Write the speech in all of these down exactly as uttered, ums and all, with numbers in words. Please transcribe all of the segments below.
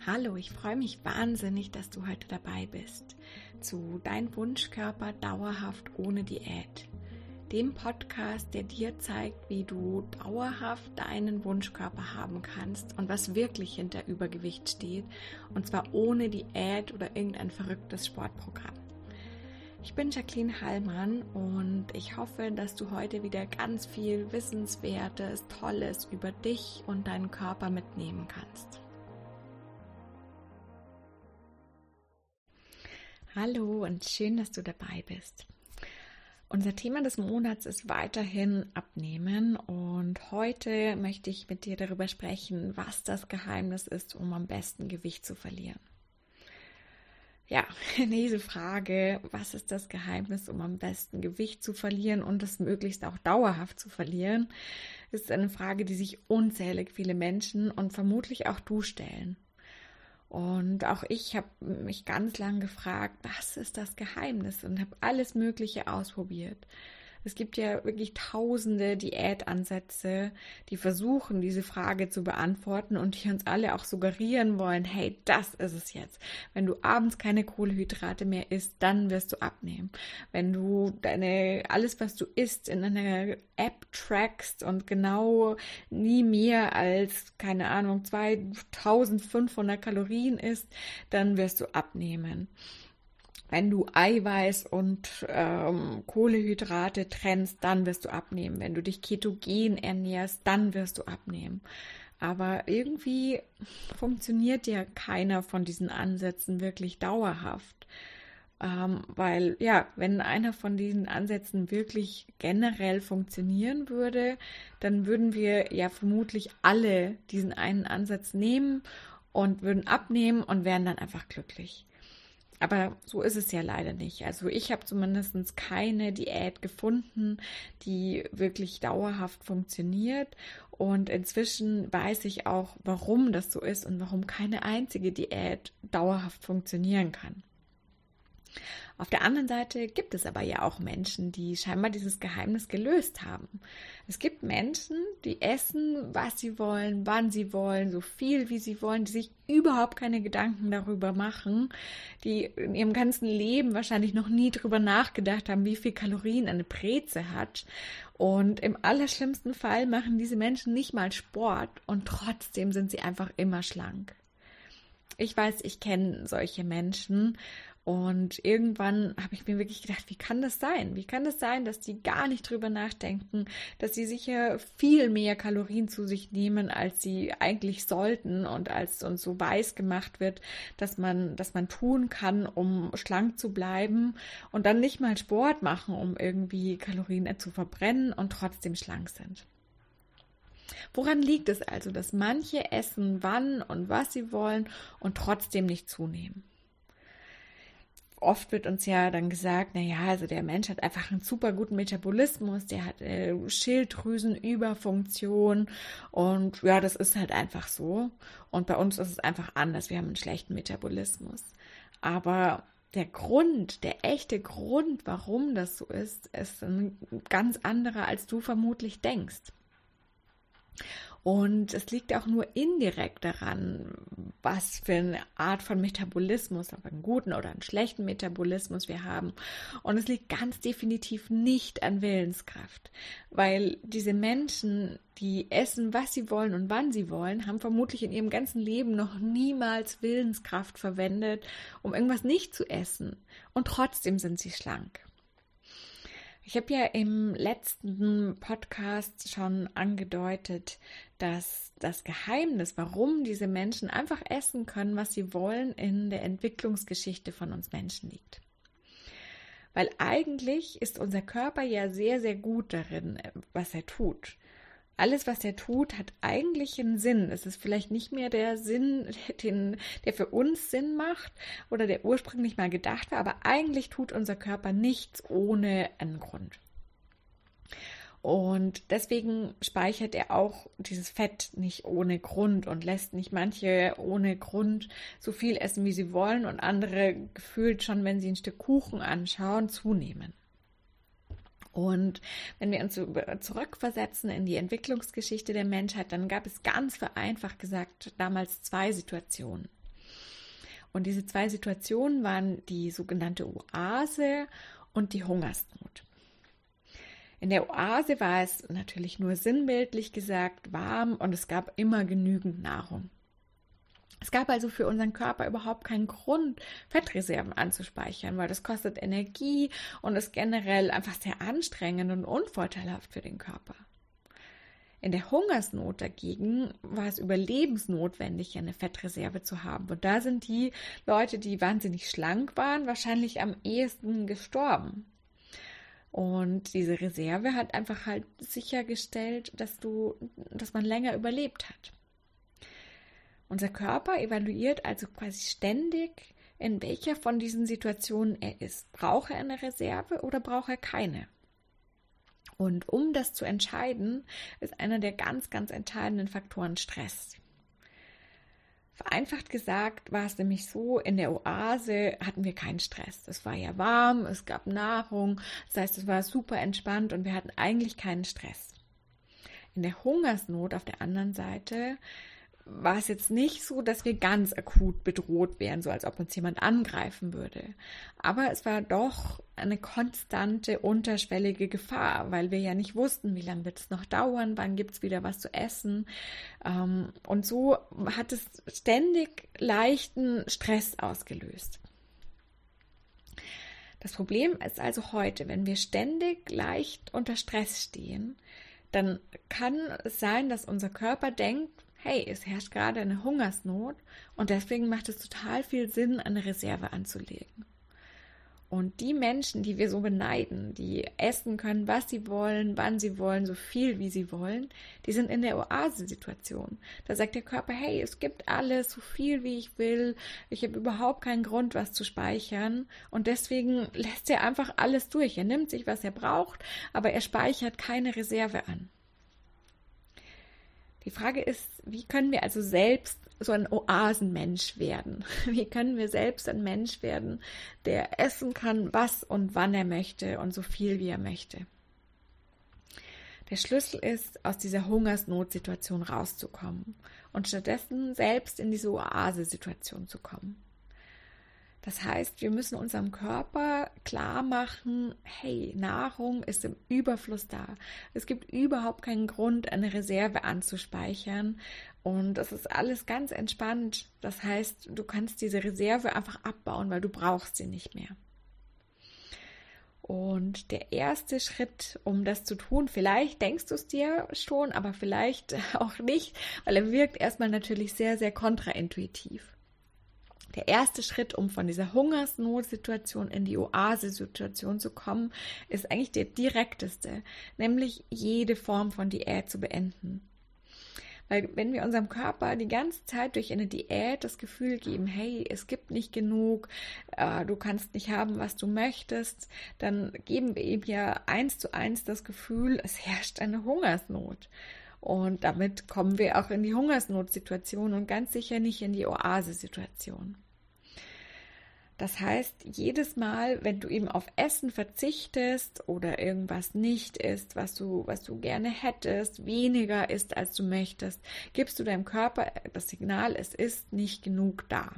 Hallo, ich freue mich wahnsinnig, dass du heute dabei bist zu Dein Wunschkörper dauerhaft ohne Diät. Dem Podcast, der dir zeigt, wie du dauerhaft deinen Wunschkörper haben kannst und was wirklich hinter Übergewicht steht, und zwar ohne Diät oder irgendein verrücktes Sportprogramm. Ich bin Jacqueline Hallmann und ich hoffe, dass du heute wieder ganz viel Wissenswertes, Tolles über dich und deinen Körper mitnehmen kannst. Hallo und schön, dass du dabei bist. Unser Thema des Monats ist weiterhin Abnehmen und heute möchte ich mit dir darüber sprechen, was das Geheimnis ist, um am besten Gewicht zu verlieren. Ja, diese Frage, was ist das Geheimnis, um am besten Gewicht zu verlieren und es möglichst auch dauerhaft zu verlieren, ist eine Frage, die sich unzählig viele Menschen und vermutlich auch du stellen. Und auch ich habe mich ganz lang gefragt, was ist das Geheimnis, und habe alles Mögliche ausprobiert. Es gibt ja wirklich tausende Diätansätze, die versuchen, diese Frage zu beantworten und die uns alle auch suggerieren wollen, hey, das ist es jetzt. Wenn du abends keine Kohlenhydrate mehr isst, dann wirst du abnehmen. Wenn du deine alles, was du isst, in einer App trackst und genau nie mehr als, keine Ahnung, zweitausendfünfhundert Kalorien isst, dann wirst du abnehmen. Wenn du Eiweiß und ähm, Kohlenhydrate trennst, dann wirst du abnehmen. Wenn du dich ketogen ernährst, dann wirst du abnehmen. Aber irgendwie funktioniert ja keiner von diesen Ansätzen wirklich dauerhaft. Ähm, weil, ja, wenn einer von diesen Ansätzen wirklich generell funktionieren würde, dann würden wir ja vermutlich alle diesen einen Ansatz nehmen und würden abnehmen und wären dann einfach glücklich. Aber so ist es ja leider nicht. Also ich habe zumindest keine Diät gefunden, die wirklich dauerhaft funktioniert. Und inzwischen weiß ich auch, warum das so ist und warum keine einzige Diät dauerhaft funktionieren kann. Auf der anderen Seite gibt es aber ja auch Menschen, die scheinbar dieses Geheimnis gelöst haben. Es gibt Menschen, die essen, was sie wollen, wann sie wollen, so viel wie sie wollen, die sich überhaupt keine Gedanken darüber machen, die in ihrem ganzen Leben wahrscheinlich noch nie darüber nachgedacht haben, wie viel Kalorien eine Breze hat. Und im allerschlimmsten Fall machen diese Menschen nicht mal Sport und trotzdem sind sie einfach immer schlank. Ich weiß, ich kenne solche Menschen. Und irgendwann habe ich mir wirklich gedacht, wie kann das sein? Wie kann das sein, dass die gar nicht drüber nachdenken, dass sie sicher viel mehr Kalorien zu sich nehmen, als sie eigentlich sollten und als uns so weiß gemacht wird, dass man, dass man tun kann, um schlank zu bleiben und dann nicht mal Sport machen, um irgendwie Kalorien zu verbrennen und trotzdem schlank sind. Woran liegt es also, dass manche essen, wann und was sie wollen und trotzdem nicht zunehmen? Oft wird uns ja dann gesagt, naja, also der Mensch hat einfach einen super guten Metabolismus, der hat äh, Schilddrüsenüberfunktion und ja, das ist halt einfach so. Und bei uns ist es einfach anders, wir haben einen schlechten Metabolismus. Aber der Grund, der echte Grund, warum das so ist, ist ein ganz anderer, als du vermutlich denkst. Und es liegt auch nur indirekt daran, was für eine Art von Metabolismus, ob einen guten oder einen schlechten Metabolismus wir haben. Und es liegt ganz definitiv nicht an Willenskraft, weil diese Menschen, die essen, was sie wollen und wann sie wollen, haben vermutlich in ihrem ganzen Leben noch niemals Willenskraft verwendet, um irgendwas nicht zu essen. Und trotzdem sind sie schlank. Ich habe ja im letzten Podcast schon angedeutet, dass das Geheimnis, warum diese Menschen einfach essen können, was sie wollen, in der Entwicklungsgeschichte von uns Menschen liegt. Weil eigentlich ist unser Körper ja sehr, sehr gut darin, was er tut. Alles, was er tut, hat eigentlich einen Sinn. Es ist vielleicht nicht mehr der Sinn, den, der für uns Sinn macht oder der ursprünglich mal gedacht war, aber eigentlich tut unser Körper nichts ohne einen Grund. Und deswegen speichert er auch dieses Fett nicht ohne Grund und lässt nicht manche ohne Grund so viel essen, wie sie wollen, und andere gefühlt schon, wenn sie ein Stück Kuchen anschauen, zunehmen. Und wenn wir uns zurückversetzen in die Entwicklungsgeschichte der Menschheit, dann gab es ganz vereinfacht gesagt damals zwei Situationen. Und diese zwei Situationen waren die sogenannte Oase und die Hungersnot. In der Oase war es natürlich nur sinnbildlich gesagt warm und es gab immer genügend Nahrung. Es gab also für unseren Körper überhaupt keinen Grund, Fettreserven anzuspeichern, weil das kostet Energie und ist generell einfach sehr anstrengend und unvorteilhaft für den Körper. In der Hungersnot dagegen war es überlebensnotwendig, eine Fettreserve zu haben. Und da sind die Leute, die wahnsinnig schlank waren, wahrscheinlich am ehesten gestorben. Und diese Reserve hat einfach halt sichergestellt, dass du, dass man länger überlebt hat. Unser Körper evaluiert also quasi ständig, in welcher von diesen Situationen er ist. Braucht er eine Reserve oder braucht er keine? Und um das zu entscheiden, ist einer der ganz, ganz entscheidenden Faktoren Stress. Vereinfacht gesagt war es nämlich so, in der Oase hatten wir keinen Stress. Es war ja warm, es gab Nahrung, das heißt, es war super entspannt und wir hatten eigentlich keinen Stress. In der Hungersnot auf der anderen Seite war es jetzt nicht so, dass wir ganz akut bedroht wären, so als ob uns jemand angreifen würde. Aber es war doch eine konstante, unterschwellige Gefahr, weil wir ja nicht wussten, wie lange wird es noch dauern, wann gibt es wieder was zu essen. Und so hat es ständig leichten Stress ausgelöst. Das Problem ist also heute, wenn wir ständig leicht unter Stress stehen, dann kann es sein, dass unser Körper denkt, hey, es herrscht gerade eine Hungersnot und deswegen macht es total viel Sinn, eine Reserve anzulegen. Und die Menschen, die wir so beneiden, die essen können, was sie wollen, wann sie wollen, so viel wie sie wollen, die sind in der Oasensituation. Da sagt der Körper, hey, es gibt alles, so viel wie ich will, ich habe überhaupt keinen Grund, was zu speichern und deswegen lässt er einfach alles durch. Er nimmt sich, was er braucht, aber er speichert keine Reserve an. Die Frage ist, wie können wir also selbst so ein Oasenmensch werden? Wie können wir selbst ein Mensch werden, der essen kann, was und wann er möchte und so viel, wie er möchte? Der Schlüssel ist, aus dieser Hungersnotsituation rauszukommen und stattdessen selbst in diese Oase-Situation zu kommen. Das heißt, wir müssen unserem Körper klar machen, hey, Nahrung ist im Überfluss da. Es gibt überhaupt keinen Grund, eine Reserve anzuspeichern. Und das ist alles ganz entspannt. Das heißt, du kannst diese Reserve einfach abbauen, weil du brauchst sie nicht mehr. Und der erste Schritt, um das zu tun, vielleicht denkst du es dir schon, aber vielleicht auch nicht, weil er wirkt erstmal natürlich sehr, sehr kontraintuitiv. Der erste Schritt, um von dieser Hungersnotsituation in die Oase-Situation zu kommen, ist eigentlich der direkteste, nämlich jede Form von Diät zu beenden. Weil wenn wir unserem Körper die ganze Zeit durch eine Diät das Gefühl geben, hey, es gibt nicht genug, äh, du kannst nicht haben, was du möchtest, dann geben wir ihm ja eins zu eins das Gefühl, es herrscht eine Hungersnot. Und damit kommen wir auch in die Hungersnotsituation und ganz sicher nicht in die Oase-Situation. Das heißt, jedes Mal, wenn du eben auf Essen verzichtest oder irgendwas nicht isst, was du, was du gerne hättest, weniger isst, als du möchtest, gibst du deinem Körper das Signal, es ist nicht genug da.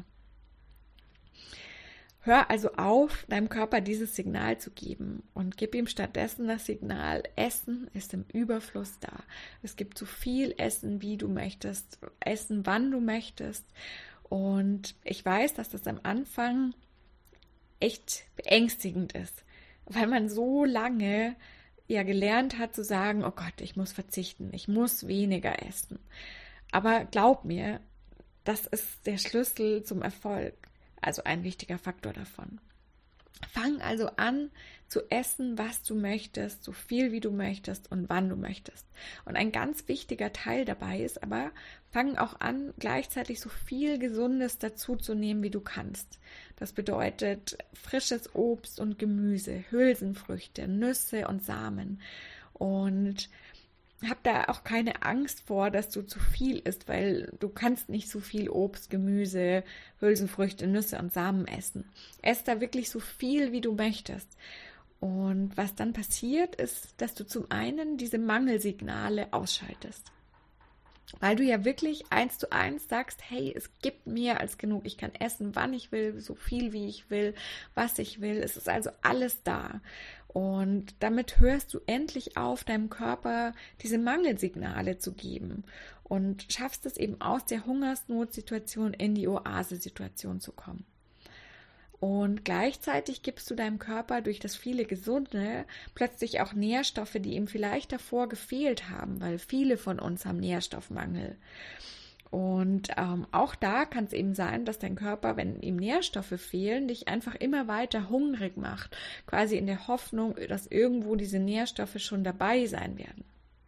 Hör also auf, deinem Körper dieses Signal zu geben und gib ihm stattdessen das Signal, Essen ist im Überfluss da. Es gibt so viel Essen, wie du möchtest, Essen, wann du möchtest. Und ich weiß, dass das am Anfang echt beängstigend ist, weil man so lange ja gelernt hat zu sagen, oh Gott, ich muss verzichten, ich muss weniger essen. Aber glaub mir, das ist der Schlüssel zum Erfolg. Also ein wichtiger Faktor davon. Fang also an zu essen, was du möchtest, so viel wie du möchtest und wann du möchtest. Und ein ganz wichtiger Teil dabei ist aber, fang auch an, gleichzeitig so viel Gesundes dazu zu nehmen, wie du kannst. Das bedeutet frisches Obst und Gemüse, Hülsenfrüchte, Nüsse und Samen. Und hab da auch keine Angst vor, dass du zu viel isst, weil du kannst nicht so viel Obst, Gemüse, Hülsenfrüchte, Nüsse und Samen essen. Ess da wirklich so viel, wie du möchtest. Und was dann passiert, ist, dass du zum einen diese Mangelsignale ausschaltest. Weil du ja wirklich eins zu eins sagst, hey, es gibt mehr als genug. Ich kann essen, wann ich will, so viel wie ich will, was ich will. Es ist also alles da. Und damit hörst du endlich auf, deinem Körper diese Mangelsignale zu geben und schaffst es eben aus der Hungersnotsituation in die Oase-Situation zu kommen. Und gleichzeitig gibst du deinem Körper durch das viele Gesunde plötzlich auch Nährstoffe, die ihm vielleicht davor gefehlt haben, weil viele von uns haben Nährstoffmangel. Und ähm, auch da kann es eben sein, dass dein Körper, wenn ihm Nährstoffe fehlen, dich einfach immer weiter hungrig macht, quasi in der Hoffnung, dass irgendwo diese Nährstoffe schon dabei sein werden.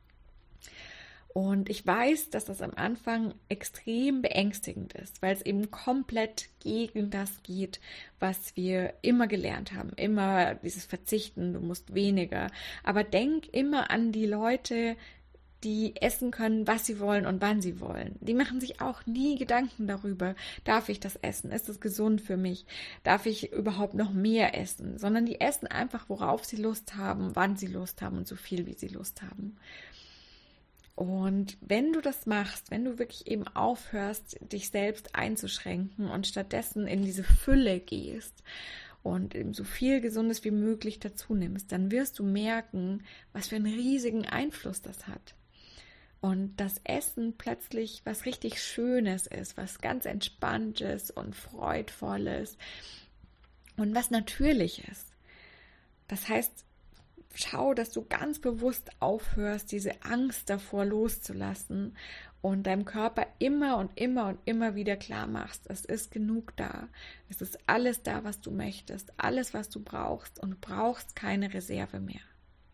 Und ich weiß, dass das am Anfang extrem beängstigend ist, weil es eben komplett gegen das geht, was wir immer gelernt haben. Immer dieses Verzichten, du musst weniger. Aber denk immer an die Leute, die essen können, was sie wollen und wann sie wollen. Die machen sich auch nie Gedanken darüber, darf ich das essen? Ist es gesund für mich? Darf ich überhaupt noch mehr essen? Sondern die essen einfach, worauf sie Lust haben, wann sie Lust haben und so viel, wie sie Lust haben. Und wenn du das machst, wenn du wirklich eben aufhörst, dich selbst einzuschränken und stattdessen in diese Fülle gehst und eben so viel Gesundes wie möglich dazu nimmst, dann wirst du merken, was für einen riesigen Einfluss das hat. Und das Essen plötzlich was richtig Schönes ist, was ganz Entspanntes und Freudvolles und was Natürliches. Das heißt, schau, dass du ganz bewusst aufhörst, diese Angst davor loszulassen und deinem Körper immer und immer und immer wieder klar machst, es ist genug da. Es ist alles da, was du möchtest, alles, was du brauchst und du brauchst keine Reserve mehr.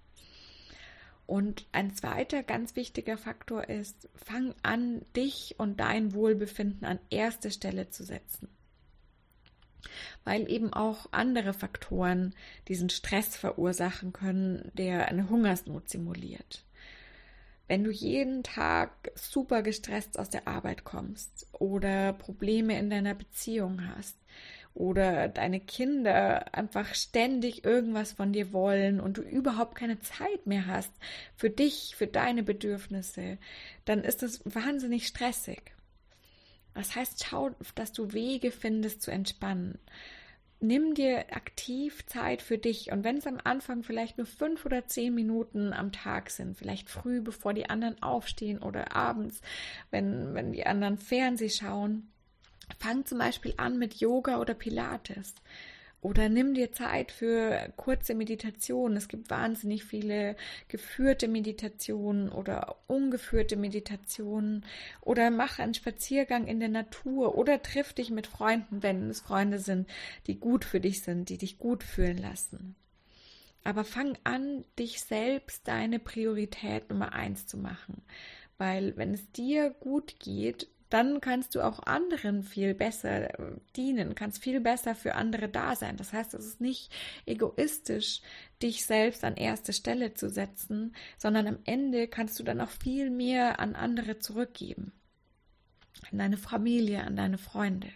Und ein zweiter ganz wichtiger Faktor ist, fang an, dich und dein Wohlbefinden an erste Stelle zu setzen. Weil eben auch andere Faktoren diesen Stress verursachen können, der eine Hungersnot simuliert. Wenn du jeden Tag super gestresst aus der Arbeit kommst oder Probleme in deiner Beziehung hast oder deine Kinder einfach ständig irgendwas von dir wollen und du überhaupt keine Zeit mehr hast für dich, für deine Bedürfnisse, dann ist das wahnsinnig stressig. Das heißt, schau, dass du Wege findest zu entspannen. Nimm dir aktiv Zeit für dich und wenn es am Anfang vielleicht nur fünf oder zehn Minuten am Tag sind, vielleicht früh, bevor die anderen aufstehen oder abends, wenn, wenn die anderen Fernseh schauen, fang zum Beispiel an mit Yoga oder Pilates. Oder nimm dir Zeit für kurze Meditationen. Es gibt wahnsinnig viele geführte Meditationen oder ungeführte Meditationen. Oder mach einen Spaziergang in der Natur oder triff dich mit Freunden, wenn es Freunde sind, die gut für dich sind, die dich gut fühlen lassen. Aber fang an, dich selbst deine Priorität Nummer eins zu machen. Weil wenn es dir gut geht, dann kannst du auch anderen viel besser dienen, kannst viel besser für andere da sein. Das heißt, es ist nicht egoistisch, dich selbst an erste Stelle zu setzen, sondern am Ende kannst du dann auch viel mehr an andere zurückgeben. An deine Familie, an deine Freunde.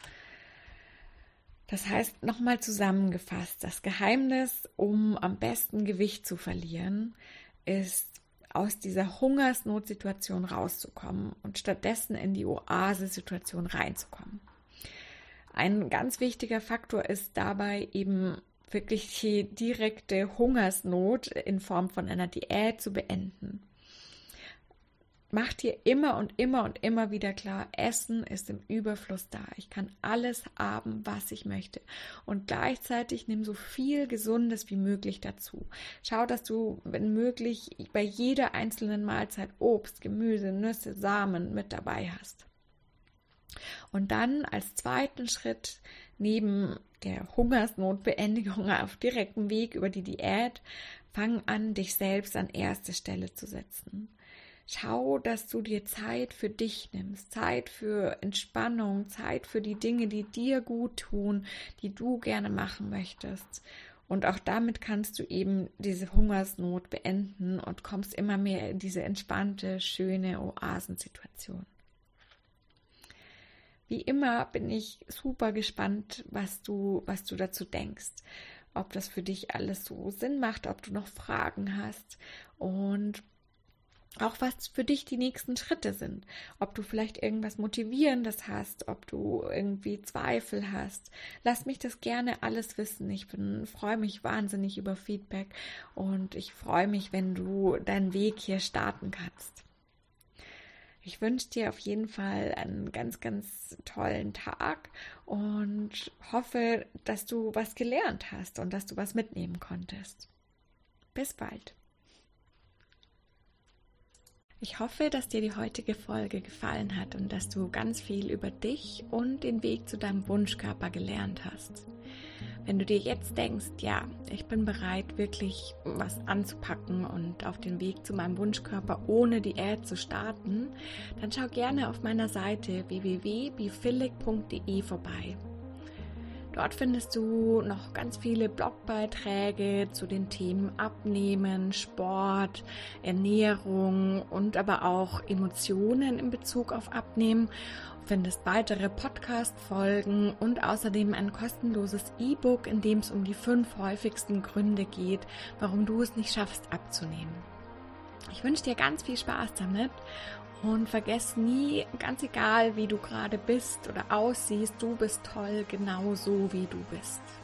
Das heißt, nochmal zusammengefasst, das Geheimnis, um am besten Gewicht zu verlieren, ist, aus dieser Hungersnotsituation rauszukommen und stattdessen in die Oase-Situation reinzukommen. Ein ganz wichtiger Faktor ist dabei eben wirklich die direkte Hungersnot in Form von einer Diät zu beenden. Mach dir immer und immer und immer wieder klar, Essen ist im Überfluss da. Ich kann alles haben, was ich möchte. Und gleichzeitig nimm so viel Gesundes wie möglich dazu. Schau, dass du, wenn möglich, bei jeder einzelnen Mahlzeit Obst, Gemüse, Nüsse, Samen mit dabei hast. Und dann als zweiten Schritt neben der Hungersnotbeendigung auf direktem Weg über die Diät, fang an, dich selbst an erste Stelle zu setzen. Schau, dass du dir Zeit für dich nimmst, Zeit für Entspannung, Zeit für die Dinge, die dir gut tun, die du gerne machen möchtest. Und auch damit kannst du eben diese Hungersnot beenden und kommst immer mehr in diese entspannte, schöne Oasensituation. Wie immer bin ich super gespannt, was du, was du dazu denkst. Ob das für dich alles so Sinn macht, ob du noch Fragen hast. Und auch was für dich die nächsten Schritte sind. Ob du vielleicht irgendwas Motivierendes hast, ob du irgendwie Zweifel hast. Lass mich das gerne alles wissen. Ich bin, freue mich wahnsinnig über Feedback und ich freue mich, wenn du deinen Weg hier starten kannst. Ich wünsche dir auf jeden Fall einen ganz, ganz tollen Tag und hoffe, dass du was gelernt hast und dass du was mitnehmen konntest. Bis bald. Ich hoffe, dass dir die heutige Folge gefallen hat und dass du ganz viel über dich und den Weg zu deinem Wunschkörper gelernt hast. Wenn du dir jetzt denkst, ja, ich bin bereit, wirklich was anzupacken und auf den Weg zu meinem Wunschkörper ohne Diät zu starten, dann schau gerne auf meiner Seite w w w punkt bifillig punkt d e vorbei. Dort findest du noch ganz viele Blogbeiträge zu den Themen Abnehmen, Sport, Ernährung und aber auch Emotionen in Bezug auf Abnehmen. Du findest weitere Podcast-Folgen und außerdem ein kostenloses E-Book, in dem es um die fünf häufigsten Gründe geht, warum du es nicht schaffst abzunehmen. Ich wünsche dir ganz viel Spaß damit. Und vergiss nie, ganz egal wie du gerade bist oder aussiehst, du bist toll, genau so wie du bist.